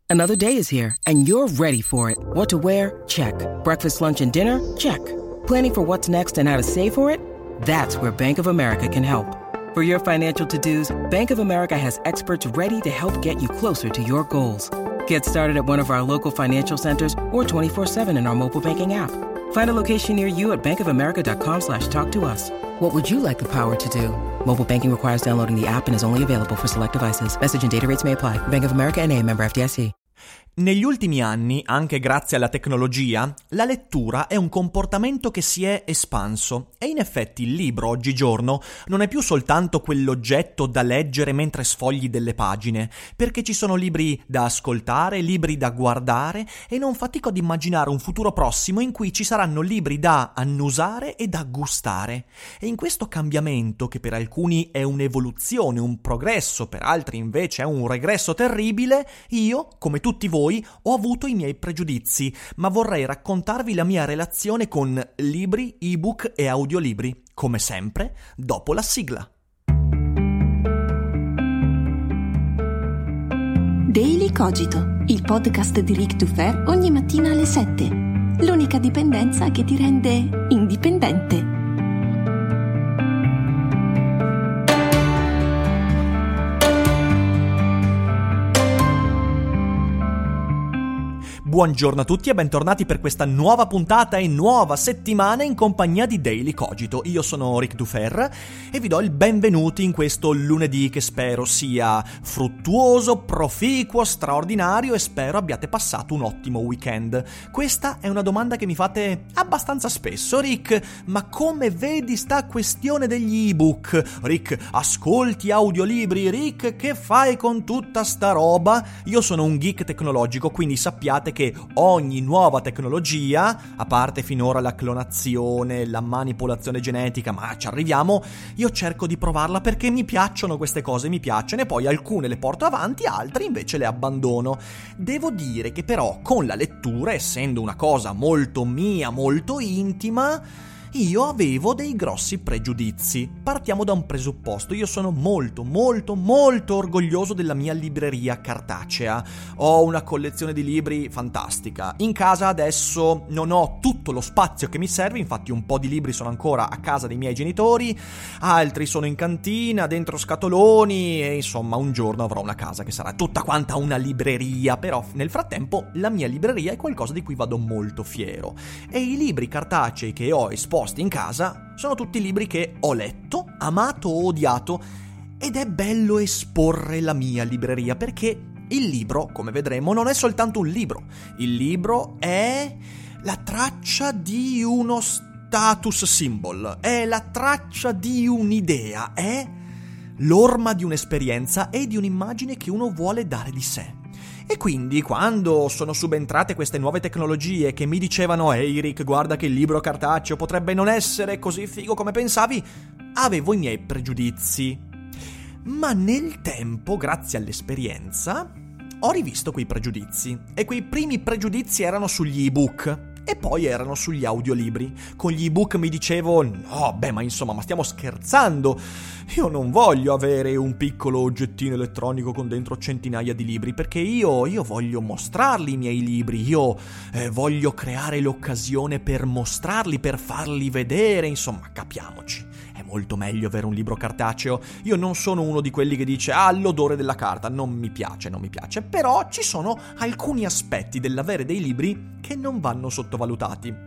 Another day is here, and you're ready for it. What to wear? Check. Breakfast, lunch, and dinner? Check. Planning for what's next and how to save for it? That's where Bank of America can help. For your financial to-dos, Bank of America has experts ready to help get you closer to your goals. Get started at one of our local financial centers or 24/7 in our mobile banking app. Find a location near you at bankofamerica.com/talktous. What would you like the power to do? Mobile banking requires downloading the app and is only available for select devices. Message and data rates may apply. Bank of America N.A., member FDIC. Negli ultimi anni, anche grazie alla tecnologia, la lettura è un comportamento che si è espanso e in effetti il libro oggigiorno non è più soltanto quell'oggetto da leggere mentre sfogli delle pagine, perché ci sono libri da ascoltare, libri da guardare e non fatico ad immaginare un futuro prossimo in cui ci saranno libri da annusare e da gustare. E in questo cambiamento, che per alcuni è un'evoluzione, un progresso, per altri invece è un regresso terribile, io, come tutti voi, ho avuto i miei pregiudizi, ma vorrei raccontarvi la mia relazione con libri, ebook e audiolibri, come sempre, dopo la sigla. Daily Cogito, il podcast di Ric Dufer ogni mattina alle 7. L'unica dipendenza che ti rende indipendente. Buongiorno a tutti e bentornati per questa nuova puntata e nuova settimana in compagnia di Daily Cogito. Io sono Ric Dufer e vi do il benvenuti in questo lunedì che spero sia fruttuoso, proficuo, straordinario e spero abbiate passato un ottimo weekend. Questa è una domanda che mi fate abbastanza spesso. Ric, ma come vedi sta questione degli ebook? Ric, ascolti audiolibri? Ric, che fai con tutta sta roba? Io sono un geek tecnologico, quindi sappiate che ogni nuova tecnologia, a parte finora la clonazione, la manipolazione genetica, ma ci arriviamo, io cerco di provarla perché mi piacciono queste cose, mi piacciono e poi alcune le porto avanti, altre invece le abbandono. Devo dire che però con la lettura, essendo una cosa molto mia, molto intima, io avevo dei grossi pregiudizi. Partiamo da un presupposto: io sono molto orgoglioso della mia libreria cartacea. Ho una collezione di libri fantastica. In casa adesso non ho tutto lo spazio che mi serve, infatti un po' di libri sono ancora a casa dei miei genitori, altri sono in cantina, dentro scatoloni e insomma un giorno avrò una casa che sarà tutta quanta una libreria, però nel frattempo la mia libreria è qualcosa di cui vado molto fiero. E i libri cartacei che ho esposti in casa sono tutti libri che ho letto, amato o odiato, ed è bello esporre la mia libreria perché il libro, come vedremo, non è soltanto un libro. Il libro è la traccia di uno status symbol, è la traccia di un'idea, è l'orma di un'esperienza e di un'immagine che uno vuole dare di sé. E quindi quando sono subentrate queste nuove tecnologie che mi dicevano «Ehi Ric, guarda che il libro cartaceo potrebbe non essere così figo come pensavi», avevo i miei pregiudizi. Ma nel tempo, grazie all'esperienza, ho rivisto quei pregiudizi. E quei primi pregiudizi erano sugli ebook e poi erano sugli audiolibri. Con gli ebook mi dicevo «No, beh, ma insomma, ma stiamo scherzando! Io non voglio avere un piccolo oggettino elettronico con dentro centinaia di libri, perché io voglio mostrarli i miei libri, io voglio creare l'occasione per mostrarli, per farli vedere, insomma, capiamoci. È molto meglio avere un libro cartaceo. Io non sono uno di quelli che dice l'odore della carta, non mi piace, però ci sono alcuni aspetti dell'avere dei libri che non vanno sottovalutati.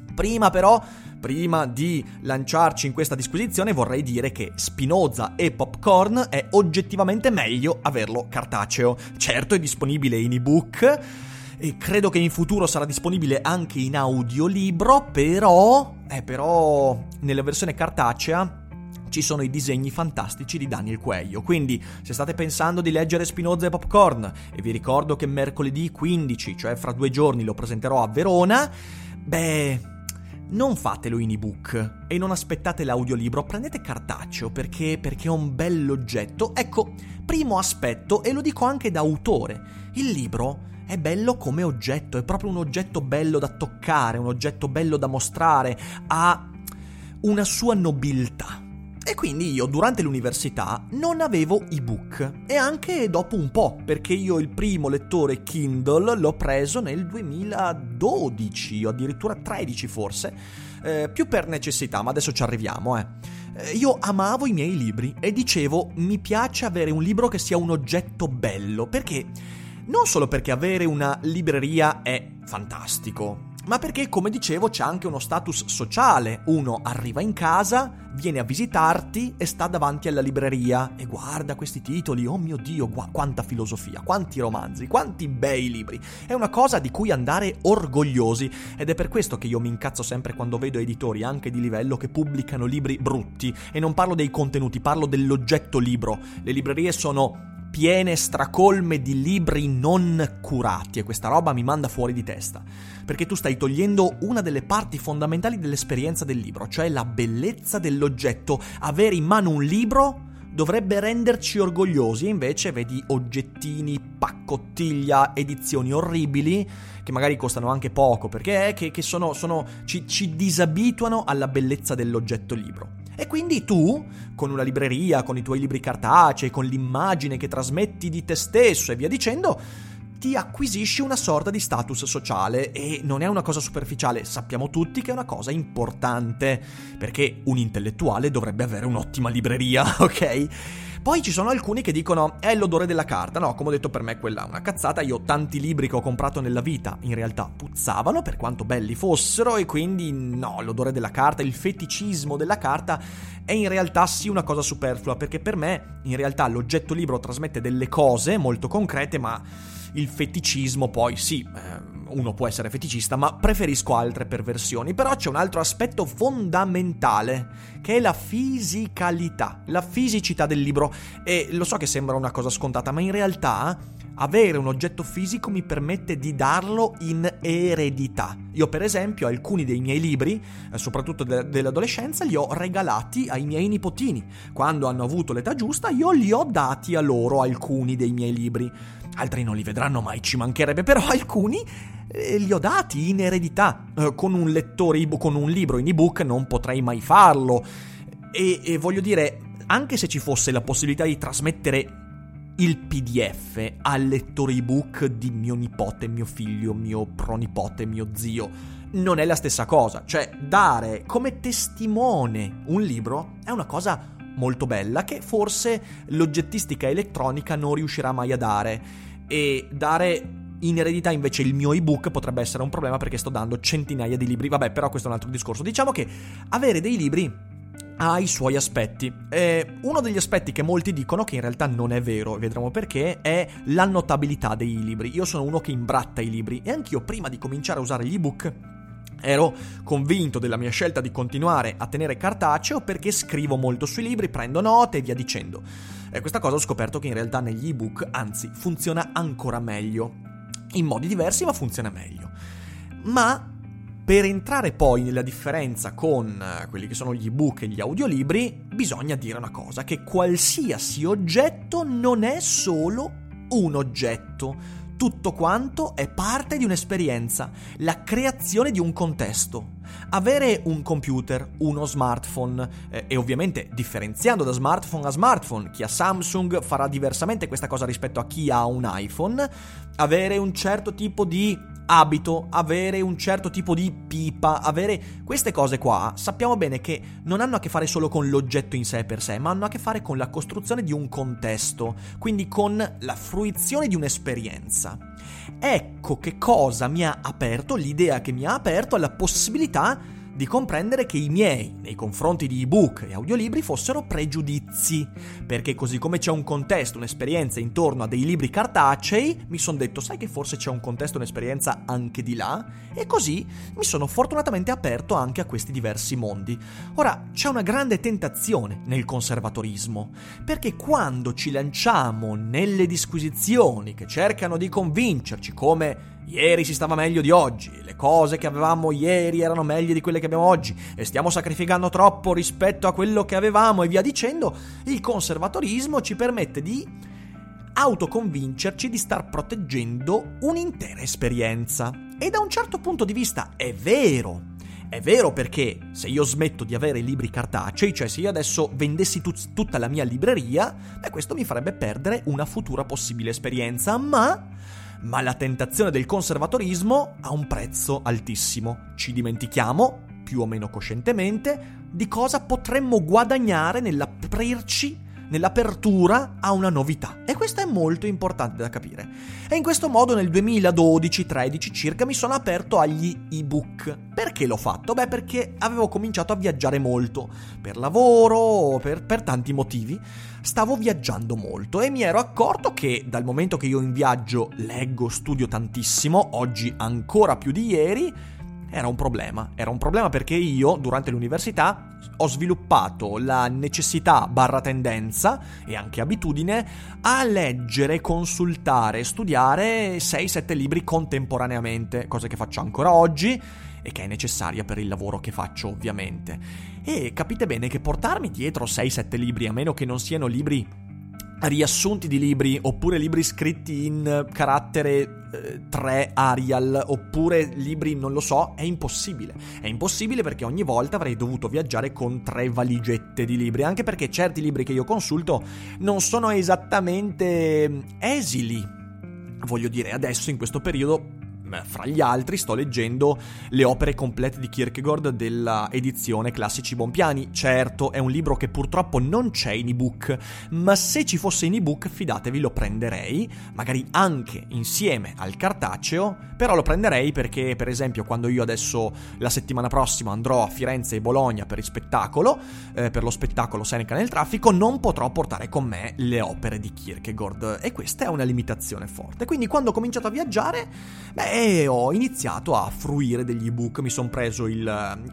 Prima di lanciarci in questa disquisizione vorrei dire che Spinoza e Popcorn è oggettivamente meglio averlo cartaceo. Certo è disponibile in ebook e credo che in futuro sarà disponibile anche in audiolibro, però nella versione cartacea ci sono i disegni fantastici di Daniel Coelho. Quindi se state pensando di leggere Spinoza e Popcorn, e vi ricordo che mercoledì 15, cioè fra 2 giorni, lo presenterò a Verona, non fatelo in ebook e non aspettate l'audiolibro, prendete cartaceo perché è un bell'oggetto. Ecco, primo aspetto, e lo dico anche da autore, il libro è bello come oggetto, è proprio un oggetto bello da toccare, un oggetto bello da mostrare, ha una sua nobiltà. E quindi io durante l'università non avevo ebook, e anche dopo un po', perché io il primo lettore Kindle l'ho preso nel 2012 o addirittura 13 forse, più per necessità, ma adesso ci arriviamo. Io amavo i miei libri e dicevo mi piace avere un libro che sia un oggetto bello, perché non solo perché avere una libreria è fantastico, ma perché, come dicevo, c'è anche uno status sociale. Uno arriva in casa, viene a visitarti e sta davanti alla libreria e guarda questi titoli, oh mio Dio, quanta filosofia, quanti romanzi, quanti bei libri. È una cosa di cui andare orgogliosi, ed è per questo che io mi incazzo sempre quando vedo editori anche di livello che pubblicano libri brutti, e non parlo dei contenuti, parlo dell'oggetto libro. Le librerie sono piene, stracolme di libri non curati, e questa roba mi manda fuori di testa, perché tu stai togliendo una delle parti fondamentali dell'esperienza del libro, cioè la bellezza dell'oggetto. Avere in mano un libro dovrebbe renderci orgogliosi, e invece vedi oggettini, paccottiglia, edizioni orribili che magari costano anche poco, perché ci disabituano alla bellezza dell'oggetto libro. E quindi tu, con una libreria, con i tuoi libri cartacei, con l'immagine che trasmetti di te stesso e via dicendo, ti acquisisci una sorta di status sociale, e non è una cosa superficiale, sappiamo tutti che è una cosa importante, perché un intellettuale dovrebbe avere un'ottima libreria, ok? Poi ci sono alcuni che dicono è l'odore della carta. No, come ho detto, per me quella è una cazzata. Io tanti libri che ho comprato nella vita in realtà puzzavano, per quanto belli fossero, e quindi no, l'odore della carta, il feticismo della carta è in realtà sì una cosa superflua, perché per me in realtà l'oggetto libro trasmette delle cose molto concrete, ma il feticismo poi sì, uno può essere feticista, ma preferisco altre perversioni. Però c'è un altro aspetto fondamentale, che è la fisicalità, la fisicità del libro. E lo so che sembra una cosa scontata, ma in realtà avere un oggetto fisico mi permette di darlo in eredità. Io per esempio alcuni dei miei libri, soprattutto dell'adolescenza, li ho regalati ai miei nipotini. Quando hanno avuto l'età giusta io li ho dati a loro alcuni dei miei libri. Altri non li vedranno mai, ci mancherebbe, però alcuni li ho dati in eredità. Con un lettore ebook, con un libro in ebook non potrei mai farlo. E voglio dire, anche se ci fosse la possibilità di trasmettere il PDF al lettore ebook di mio nipote, mio figlio, mio pronipote, mio zio, non è la stessa cosa. Cioè, dare come testimone un libro è una cosa molto bella che forse l'oggettistica elettronica non riuscirà mai a dare, e dare in eredità invece il mio ebook potrebbe essere un problema, perché sto dando centinaia di libri. Vabbè, però questo è un altro discorso. Diciamo che avere dei libri ha i suoi aspetti. Uno degli aspetti che molti dicono, che in realtà non è vero, vedremo perché, è l'annotabilità dei libri. Io sono uno che imbratta i libri, e anch'io prima di cominciare a usare gli ebook ero convinto della mia scelta di continuare a tenere cartaceo, perché scrivo molto sui libri, prendo note e via dicendo. E questa cosa ho scoperto che in realtà negli ebook, anzi, funziona ancora meglio. In modi diversi, ma funziona meglio. Ma per entrare poi nella differenza con quelli che sono gli ebook e gli audiolibri, bisogna dire una cosa, che qualsiasi oggetto non è solo un oggetto. Tutto quanto è parte di un'esperienza, la creazione di un contesto. Avere un computer, uno smartphone, e ovviamente differenziando da smartphone a smartphone, chi ha Samsung farà diversamente questa cosa rispetto a chi ha un iPhone, avere un certo tipo di abito, avere un certo tipo di pipa, avere queste cose qua, sappiamo bene che non hanno a che fare solo con l'oggetto in sé per sé, ma hanno a che fare con la costruzione di un contesto, quindi con la fruizione di un'esperienza. Ecco che cosa mi ha aperto, l'idea che mi ha aperto alla possibilità di comprendere che i miei, nei confronti di ebook e audiolibri, fossero pregiudizi, perché così come c'è un contesto, un'esperienza intorno a dei libri cartacei, mi sono detto, sai che forse c'è un contesto, un'esperienza anche di là? E così mi sono fortunatamente aperto anche a questi diversi mondi. Ora, c'è una grande tentazione nel conservatorismo, perché quando ci lanciamo nelle disquisizioni che cercano di convincerci come ieri si stava meglio di oggi, le cose che avevamo ieri erano meglio di quelle che abbiamo oggi e stiamo sacrificando troppo rispetto a quello che avevamo e via dicendo, il conservatorismo ci permette di autoconvincerci di star proteggendo un'intera esperienza. E da un certo punto di vista è vero, È vero, perché se io smetto di avere libri cartacei, cioè se io adesso vendessi tutta la mia libreria, questo mi farebbe perdere una futura possibile esperienza, ma la tentazione del conservatorismo ha un prezzo altissimo. Ci dimentichiamo, più o meno coscientemente, di cosa potremmo guadagnare nell'aprirci, nell'apertura a una novità. E questo è molto importante da capire. E in questo modo nel 2012-13 circa mi sono aperto agli ebook. Perché l'ho fatto? Perché avevo cominciato a viaggiare molto. Per lavoro, per tanti motivi. Stavo viaggiando molto e mi ero accorto che dal momento che io in viaggio leggo, studio tantissimo, oggi ancora più di ieri, era un problema perché io durante l'università ho sviluppato la necessità / tendenza e anche abitudine a leggere, consultare, studiare 6-7 libri contemporaneamente, cosa che faccio ancora oggi e che è necessaria per il lavoro che faccio ovviamente. E capite bene che portarmi dietro 6-7 libri, a meno che non siano libri riassunti di libri, oppure libri scritti in carattere 3 Arial, oppure libri, non lo so, è impossibile. È impossibile perché ogni volta avrei dovuto viaggiare con 3 valigette di libri, anche perché certi libri che io consulto non sono esattamente esili. Voglio dire, adesso in questo periodo, fra gli altri, sto leggendo le opere complete di Kierkegaard della edizione Classici Bompiani. Certo, è un libro che purtroppo non c'è in ebook, ma se ci fosse in ebook, fidatevi, lo prenderei, magari anche insieme al cartaceo, però lo prenderei perché, per esempio, quando io adesso la settimana prossima andrò a Firenze e Bologna per lo spettacolo Seneca nel traffico, non potrò portare con me le opere di Kierkegaard, e questa è una limitazione forte. Quindi quando ho cominciato a viaggiare, ho iniziato a fruire degli ebook. Mi sono preso il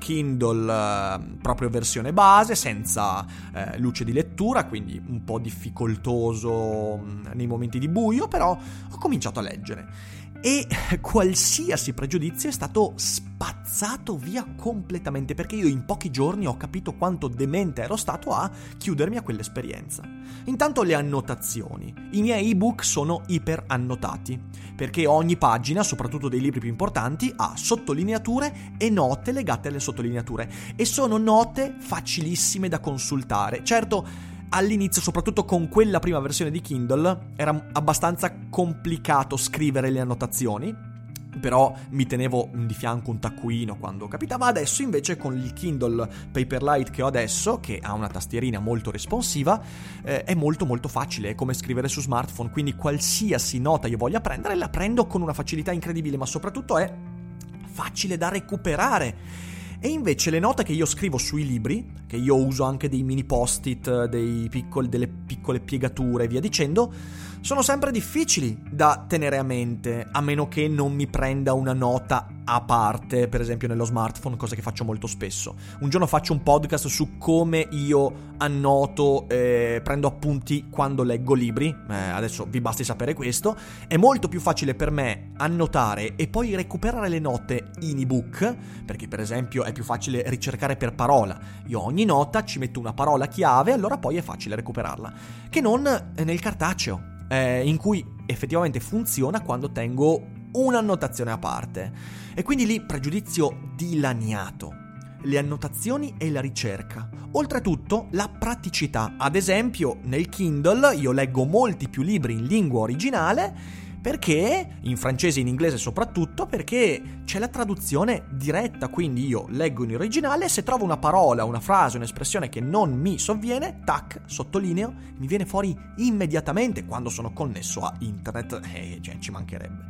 Kindle proprio versione base, senza luce di lettura, quindi un po' difficoltoso nei momenti di buio, però ho cominciato a leggere. E qualsiasi pregiudizio è stato spazzato via completamente, perché io in pochi giorni ho capito quanto demente ero stato a chiudermi a quell'esperienza. Intanto le annotazioni. I miei ebook sono iper annotati, perché ogni pagina, soprattutto dei libri più importanti, ha sottolineature e note legate alle sottolineature, e sono note facilissime da consultare. Certo, all'inizio, soprattutto con quella prima versione di Kindle, era abbastanza complicato scrivere le annotazioni, però mi tenevo di fianco un taccuino quando capitava. Adesso invece con il Kindle Paperlike che ho adesso, che ha una tastierina molto responsiva, è molto molto facile, è come scrivere su smartphone, quindi qualsiasi nota io voglia prendere la prendo con una facilità incredibile, ma soprattutto è facile da recuperare. E invece le note che io scrivo sui libri, che io uso anche dei mini post-it, delle piccole piegature e via dicendo, sono sempre difficili da tenere a mente, a meno che non mi prenda una nota a parte, per esempio nello smartphone, cosa che faccio molto spesso. Un giorno faccio un podcast su come io annoto, prendo appunti quando leggo libri, adesso vi basti sapere questo. È molto più facile per me annotare e poi recuperare le note in ebook, perché per esempio è più facile ricercare per parola. Io ogni nota ci metto una parola chiave, allora poi è facile recuperarla, che non nel cartaceo, in cui effettivamente funziona quando tengo un'annotazione a parte. E quindi lì pregiudizio dilaniato. Le annotazioni e la ricerca. Oltretutto la praticità. Ad esempio nel Kindle io leggo molti più libri in lingua originale, perché in francese e in inglese soprattutto, perché c'è la traduzione diretta, quindi io leggo in originale e se trovo una parola, una frase, un'espressione che non mi sovviene, tac, sottolineo, mi viene fuori immediatamente quando sono connesso a internet, ci mancherebbe.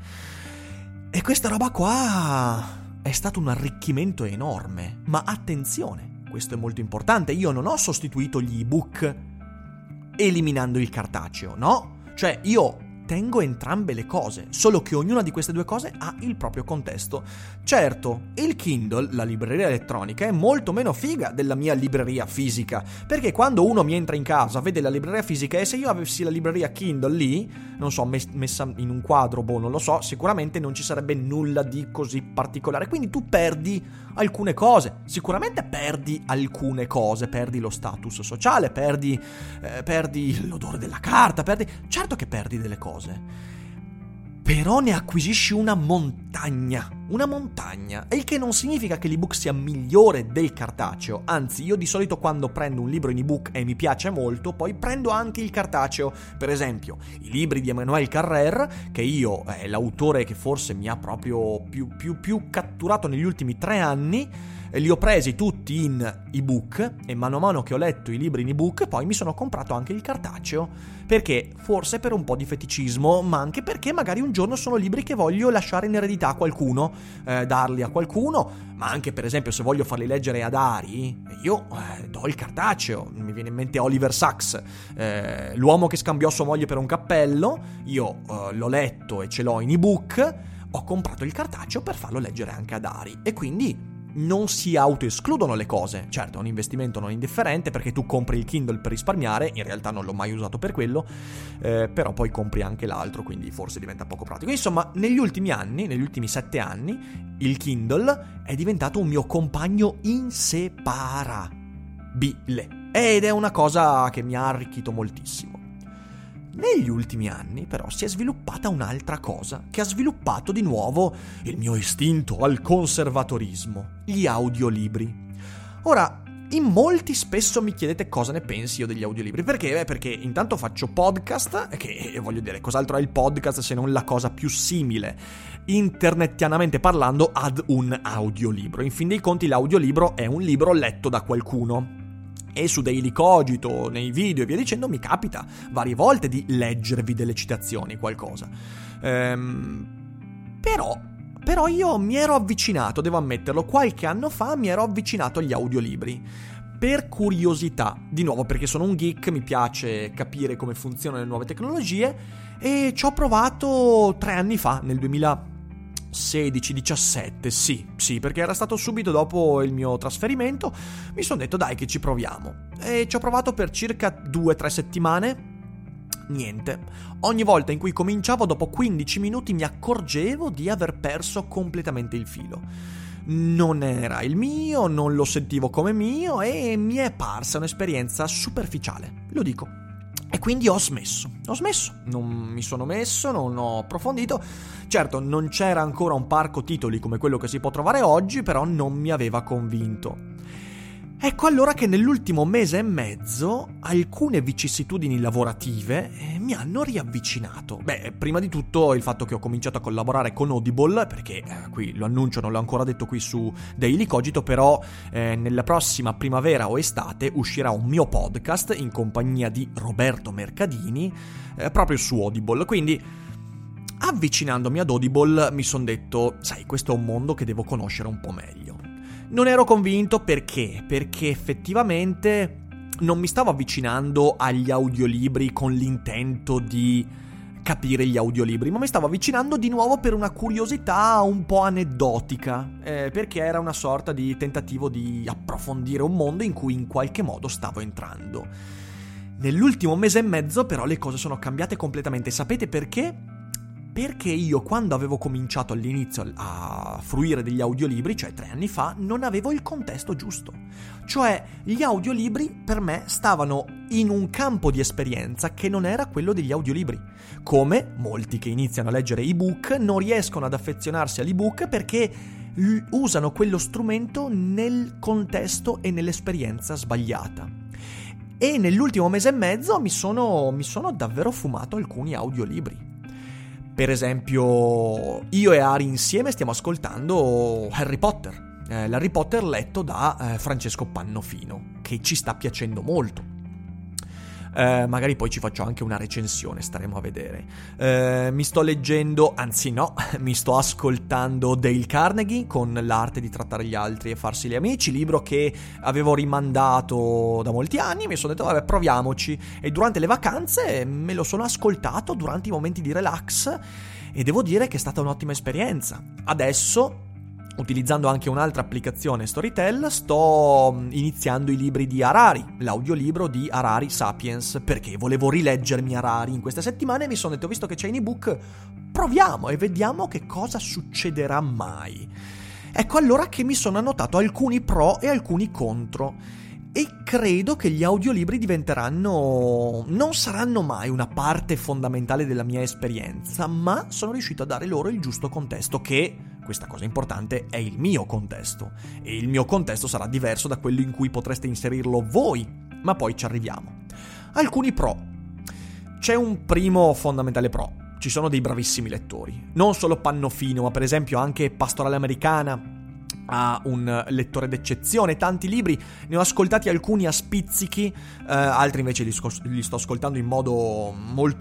E questa roba qua è stato un arricchimento enorme, ma attenzione, questo è molto importante, io non ho sostituito gli ebook eliminando il cartaceo, no? Cioè io tengo entrambe le cose, solo che ognuna di queste due cose ha il proprio contesto. Certo, il Kindle, la libreria elettronica, è molto meno figa della mia libreria fisica, perché quando uno mi entra in casa, vede la libreria fisica, e se io avessi la libreria Kindle lì, non so, messa in un quadro, non lo so, sicuramente non ci sarebbe nulla di così particolare, quindi tu perdi alcune cose, sicuramente perdi alcune cose, perdi lo status sociale, perdi l'odore della carta, certo che perdi delle cose, però ne acquisisci una montagna una montagna, il che non significa che l'ebook sia migliore del cartaceo, anzi io di solito quando prendo un libro in ebook e mi piace molto, poi prendo anche il cartaceo. Per esempio, i libri di Emmanuel Carrère, che io è l'autore che forse mi ha proprio più catturato negli ultimi 3 anni, li ho presi tutti in ebook e mano a mano che ho letto i libri in ebook poi mi sono comprato anche il cartaceo, perché forse per un po' di feticismo, ma anche perché magari un giorno sono libri che voglio lasciare in eredità a qualcuno, darli a qualcuno, ma anche per esempio se voglio farli leggere ad Ari, io do il cartaceo. Mi viene in mente Oliver Sacks, L'uomo che scambiò sua moglie per un cappello, io l'ho letto e ce l'ho in ebook, ho comprato il cartaceo per farlo leggere anche ad Ari, e quindi non si autoescludono le cose. Certo, è un investimento non indifferente perché tu compri il Kindle per risparmiare, in realtà non l'ho mai usato per quello, però poi compri anche l'altro, quindi forse diventa poco pratico. Insomma, negli ultimi 7 anni, il Kindle è diventato un mio compagno inseparabile ed è una cosa che mi ha arricchito moltissimo. Negli ultimi anni, però, si è sviluppata un'altra cosa che ha sviluppato di nuovo il mio istinto al conservatorismo: gli audiolibri. Ora, in molti spesso mi chiedete cosa ne pensi io degli audiolibri. Perché? Perché intanto faccio podcast, che voglio dire, cos'altro è il podcast se non la cosa più simile, internetianamente parlando, ad un audiolibro. In fin dei conti l'audiolibro è un libro letto da qualcuno. E su Daily Cogito, nei video e via dicendo, mi capita varie volte di leggervi delle citazioni, qualcosa. Però io mi ero avvicinato, devo ammetterlo, qualche anno fa mi ero avvicinato agli audiolibri. Per curiosità, di nuovo perché sono un geek, mi piace capire come funzionano le nuove tecnologie, e ci ho provato 3 anni fa, nel 2016-17, sì, perché era stato subito dopo il mio trasferimento. Mi sono detto dai che ci proviamo, e ci ho provato per circa 2-3 settimane. Niente, ogni volta in cui cominciavo dopo 15 minuti mi accorgevo di aver perso completamente il filo. Non era il mio, non lo sentivo come mio e mi è parsa un'esperienza superficiale, lo dico. E quindi ho smesso, non mi sono messo, non ho approfondito. Certo, non c'era ancora un parco titoli come quello che si può trovare oggi, però non mi aveva convinto. Ecco allora che nell'ultimo mese e mezzo alcune vicissitudini lavorative mi hanno riavvicinato. Prima di tutto il fatto che ho cominciato a collaborare con Audible, perché qui lo annuncio, non l'ho ancora detto qui su Daily Cogito, però nella prossima primavera o estate uscirà un mio podcast in compagnia di Roberto Mercadini proprio su Audible. Quindi, avvicinandomi ad Audible, mi sono detto, sai, questo è un mondo che devo conoscere un po' meglio. Non ero convinto perché effettivamente non mi stavo avvicinando agli audiolibri con l'intento di capire gli audiolibri, ma mi stavo avvicinando di nuovo per una curiosità un po' aneddotica, perché era una sorta di tentativo di approfondire un mondo in cui in qualche modo stavo entrando. Nell'ultimo mese e mezzo però le cose sono cambiate completamente. Sapete perché? Perché io, quando avevo cominciato all'inizio a fruire degli audiolibri, cioè 3 anni fa, non avevo il contesto giusto. Cioè, gli audiolibri per me stavano in un campo di esperienza che non era quello degli audiolibri. Come molti che iniziano a leggere ebook non riescono ad affezionarsi all'ebook perché usano quello strumento nel contesto e nell'esperienza sbagliata. E nell'ultimo mese e mezzo mi sono davvero fumato alcuni audiolibri. Per esempio, io e Ari insieme stiamo ascoltando Harry Potter, l'Harry Potter letto da Francesco Pannofino, che ci sta piacendo molto. Magari poi ci faccio anche una recensione, staremo a vedere. Mi sto leggendo, anzi no, mi sto ascoltando Dale Carnegie con L'arte di trattare gli altri e farsi gli amici, libro che avevo rimandato da molti anni. Mi sono detto vabbè, proviamoci, e durante le vacanze me lo sono ascoltato durante i momenti di relax e devo dire che è stata un'ottima esperienza. Adesso, utilizzando anche un'altra applicazione Storytel, sto iniziando i libri di Harari, l'audiolibro di Harari Sapiens, perché volevo rileggermi Harari in queste settimane e mi sono detto, visto che c'è in ebook, proviamo e vediamo che cosa succederà mai. Ecco allora che mi sono annotato alcuni pro e alcuni contro, e credo che gli audiolibri non saranno mai una parte fondamentale della mia esperienza, ma sono riuscito a dare loro il giusto contesto che, questa cosa importante, è il mio contesto, e il mio contesto sarà diverso da quello in cui potreste inserirlo voi, ma poi ci arriviamo. Alcuni pro. C'è un primo fondamentale pro: ci sono dei bravissimi lettori, non solo Pannofino, ma per esempio anche Pastorale Americana ha un lettore d'eccezione. Tanti libri, ne ho ascoltati alcuni a spizzichi, altri invece li sto ascoltando in modo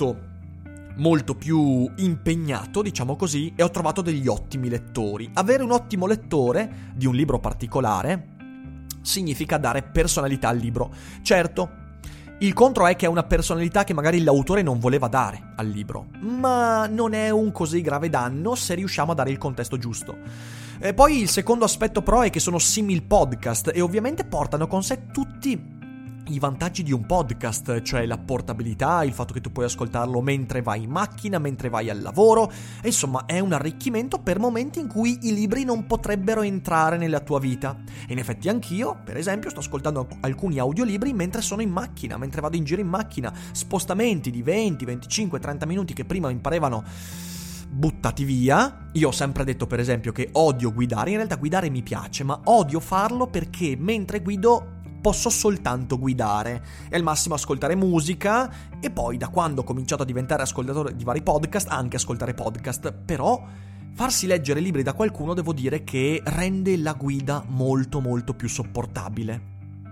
molto più impegnato, diciamo così, e ho trovato degli ottimi lettori. Avere un ottimo lettore di un libro particolare significa dare personalità al libro. Certo, il contro è che è una personalità che magari l'autore non voleva dare al libro, ma non è un così grave danno se riusciamo a dare il contesto giusto. E poi il secondo aspetto pro è che sono simil podcast e ovviamente portano con sé tutti i vantaggi di un podcast, cioè la portabilità, il fatto che tu puoi ascoltarlo mentre vai in macchina, mentre vai al lavoro, e insomma è un arricchimento per momenti in cui i libri non potrebbero entrare nella tua vita. E in effetti anch'io, per esempio, sto ascoltando alcuni audiolibri mentre sono in macchina, mentre vado in giro in macchina, spostamenti di 20, 25, 30 minuti che prima mi parevano buttati via. Io ho sempre detto, per esempio, che odio guidare. In realtà guidare mi piace, ma odio farlo perché mentre guido posso soltanto guidare e al massimo ascoltare musica, e poi da quando ho cominciato a diventare ascoltatore di vari podcast anche ascoltare podcast. Però farsi leggere libri da qualcuno devo dire che rende la guida molto più sopportabile.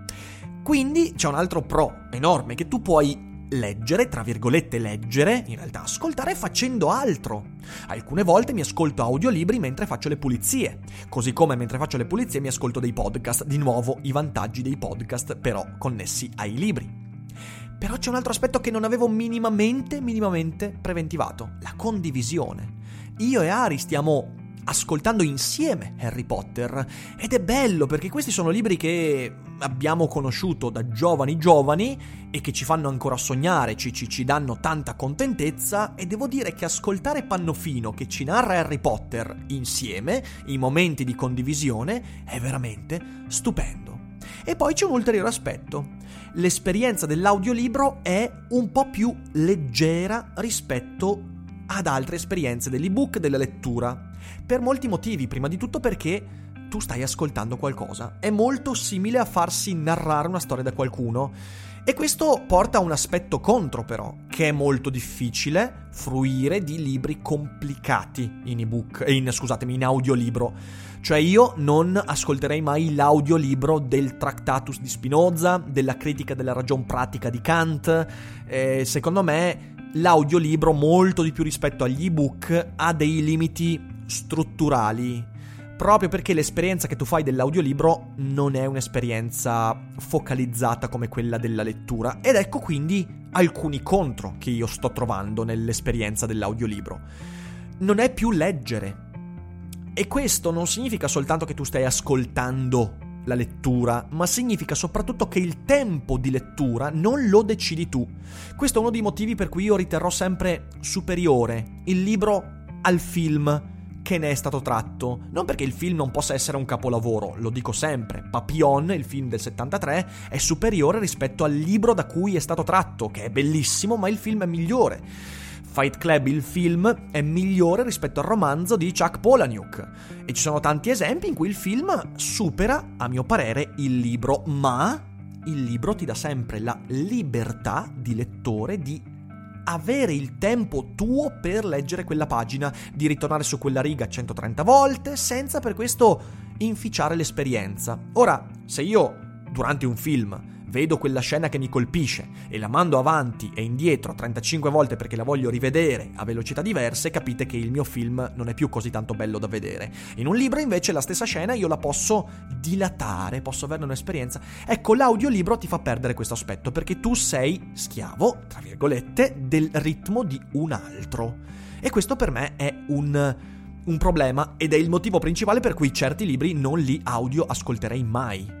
Quindi c'è un altro pro enorme, che tu puoi leggere, tra virgolette leggere, in realtà ascoltare facendo altro. Alcune volte mi ascolto audiolibri mentre faccio le pulizie, così come mentre faccio le pulizie mi ascolto dei podcast. Di nuovo i vantaggi dei podcast però connessi ai libri. Però c'è un altro aspetto che non avevo minimamente preventivato: la condivisione. Io e Ari stiamo ascoltando insieme Harry Potter ed è bello perché questi sono libri che abbiamo conosciuto da giovani e che ci fanno ancora sognare, ci danno tanta contentezza, e devo dire che ascoltare Pannofino che ci narra Harry Potter insieme, i momenti di condivisione, è veramente stupendo. E poi c'è un ulteriore aspetto: l'esperienza dell'audiolibro è un po' più leggera rispetto ad altre esperienze dell'ebook, della lettura, per molti motivi. Prima di tutto perché tu stai ascoltando qualcosa, è molto simile a farsi narrare una storia da qualcuno, e questo porta a un aspetto contro però, che è molto difficile fruire di libri complicati in ebook, in audiolibro. Cioè io non ascolterei mai l'audiolibro del Tractatus di Spinoza, della Critica della ragion pratica di Kant. Secondo me l'audiolibro, molto di più rispetto agli ebook, ha dei limiti strutturali, proprio perché l'esperienza che tu fai dell'audiolibro non è un'esperienza focalizzata come quella della lettura, ed ecco quindi alcuni contro che io sto trovando nell'esperienza dell'audiolibro. Non è più leggere, e questo non significa soltanto che tu stai ascoltando la lettura, ma significa soprattutto che il tempo di lettura non lo decidi tu. Questo è uno dei motivi per cui io riterrò sempre superiore il libro al film che ne è stato tratto. Non perché il film non possa essere un capolavoro, lo dico sempre. Papillon, il film del 73, è superiore rispetto al libro da cui è stato tratto, che è bellissimo, ma il film è migliore. Fight Club, il film, è migliore rispetto al romanzo di Chuck Palahniuk, e ci sono tanti esempi in cui il film supera, a mio parere, il libro, ma il libro ti dà sempre la libertà di lettore di avere il tempo tuo per leggere quella pagina, di ritornare su quella riga 130 volte senza per questo inficiare l'esperienza. Ora, se io durante un film vedo quella scena che mi colpisce e la mando avanti e indietro 35 volte perché la voglio rivedere a velocità diverse, capite che il mio film non è più così tanto bello da vedere. In un libro invece la stessa scena io la posso dilatare, posso averne un'esperienza. Ecco, l'audiolibro ti fa perdere questo aspetto perché tu sei schiavo, tra virgolette, del ritmo di un altro, e questo per me è un problema, ed è il motivo principale per cui certi libri non li audio ascolterei mai.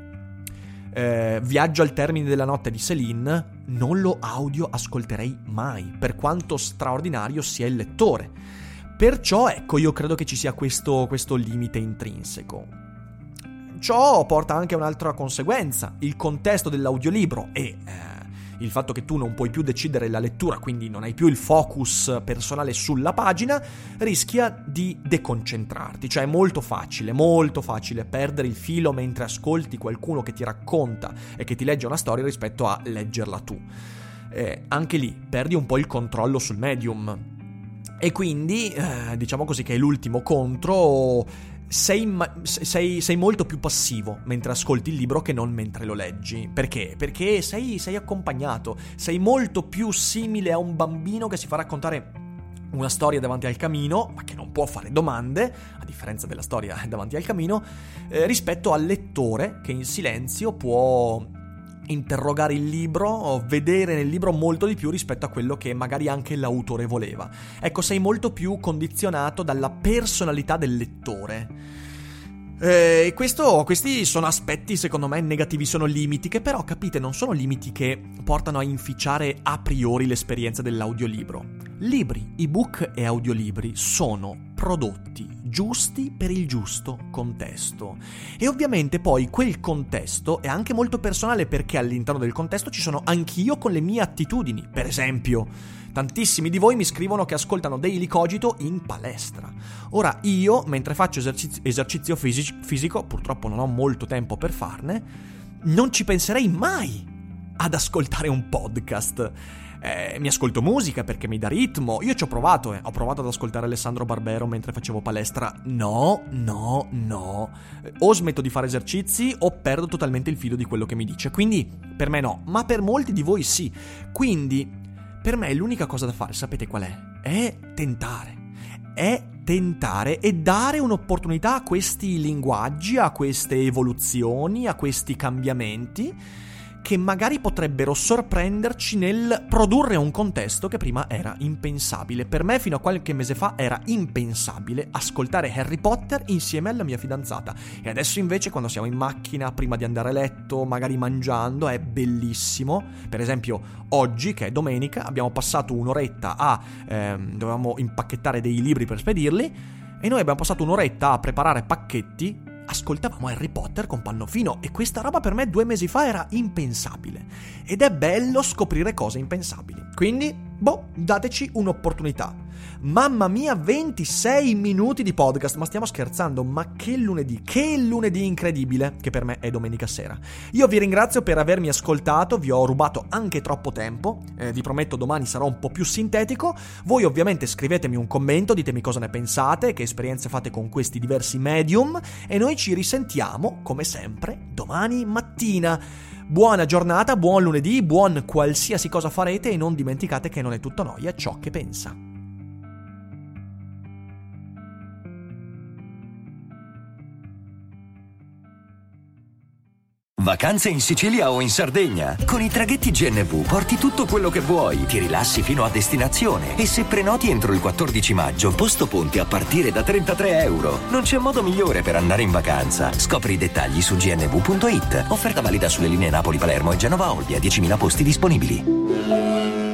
Viaggio al termine della notte di Céline non lo audio ascolterei mai, per quanto straordinario sia il lettore. Perciò ecco, io credo che ci sia questo limite intrinseco. Ciò porta anche a un'altra conseguenza: il contesto dell'audiolibro e il fatto che tu non puoi più decidere la lettura, quindi non hai più il focus personale sulla pagina, rischia di deconcentrarti. Cioè è molto facile perdere il filo mentre ascolti qualcuno che ti racconta e che ti legge una storia rispetto a leggerla tu. Anche lì perdi un po' il controllo sul medium. E quindi, diciamo così, che è l'ultimo contro, sei molto più passivo mentre ascolti il libro che non mentre lo leggi. Perché? Perché sei accompagnato, sei molto più simile a un bambino che si fa raccontare una storia davanti al camino, ma che non può fare domande, a differenza della storia davanti al camino, rispetto al lettore che in silenzio può interrogare il libro o vedere nel libro molto di più rispetto a quello che magari anche l'autore voleva. Ecco, sei molto più condizionato dalla personalità del lettore. Questi sono aspetti secondo me negativi, sono limiti che però, capite, non sono limiti che portano a inficiare a priori l'esperienza dell'audiolibro. Libri, ebook e audiolibri sono prodotti giusti per il giusto contesto, e ovviamente poi quel contesto è anche molto personale, perché all'interno del contesto ci sono anch'io con le mie attitudini. Per esempio, tantissimi di voi mi scrivono che ascoltano Daily Cogito in palestra. Ora io, mentre faccio esercizio fisico, purtroppo non ho molto tempo per farne, non ci penserei mai ad ascoltare un podcast. Mi ascolto musica perché mi dà ritmo. Io ci ho provato ad ascoltare Alessandro Barbero mentre facevo palestra. No. O smetto di fare esercizi o perdo totalmente il filo di quello che mi dice. Quindi per me no, ma per molti di voi sì. Quindi per me l'unica cosa da fare, sapete qual è? È tentare e dare un'opportunità a questi linguaggi, a queste evoluzioni, a questi cambiamenti che magari potrebbero sorprenderci nel produrre un contesto che prima era impensabile. Per me fino a qualche mese fa era impensabile ascoltare Harry Potter insieme alla mia fidanzata, e adesso invece quando siamo in macchina prima di andare a letto, magari mangiando, è bellissimo. Per esempio oggi, che è domenica, abbiamo passato un'oretta dovevamo impacchettare dei libri per spedirli, e noi abbiamo passato un'oretta a preparare pacchetti. Ascoltavamo Harry Potter con Pannofino, e questa roba per me 2 mesi fa era impensabile, ed è bello scoprire cose impensabili. Quindi, dateci un'opportunità. Mamma mia, 26 minuti di podcast, ma stiamo scherzando? Ma che lunedì incredibile, che per me è domenica sera. Io vi ringrazio per avermi ascoltato, vi ho rubato anche troppo tempo, vi prometto domani sarò un po' più sintetico. Voi ovviamente scrivetemi un commento, ditemi cosa ne pensate, che esperienze fate con questi diversi medium, e noi ci risentiamo, come sempre, domani mattina. Buona giornata, buon lunedì, buon qualsiasi cosa farete, e non dimenticate che non è tutto noia ciò che pensa. Vacanze in Sicilia o in Sardegna? Con i traghetti GNV porti tutto quello che vuoi, ti rilassi fino a destinazione, e se prenoti entro il 14 maggio, posto ponti a partire da €33. Non c'è modo migliore per andare in vacanza. Scopri i dettagli su gnv.it. Offerta valida sulle linee Napoli-Palermo e Genova-Olbia, 10.000 posti disponibili.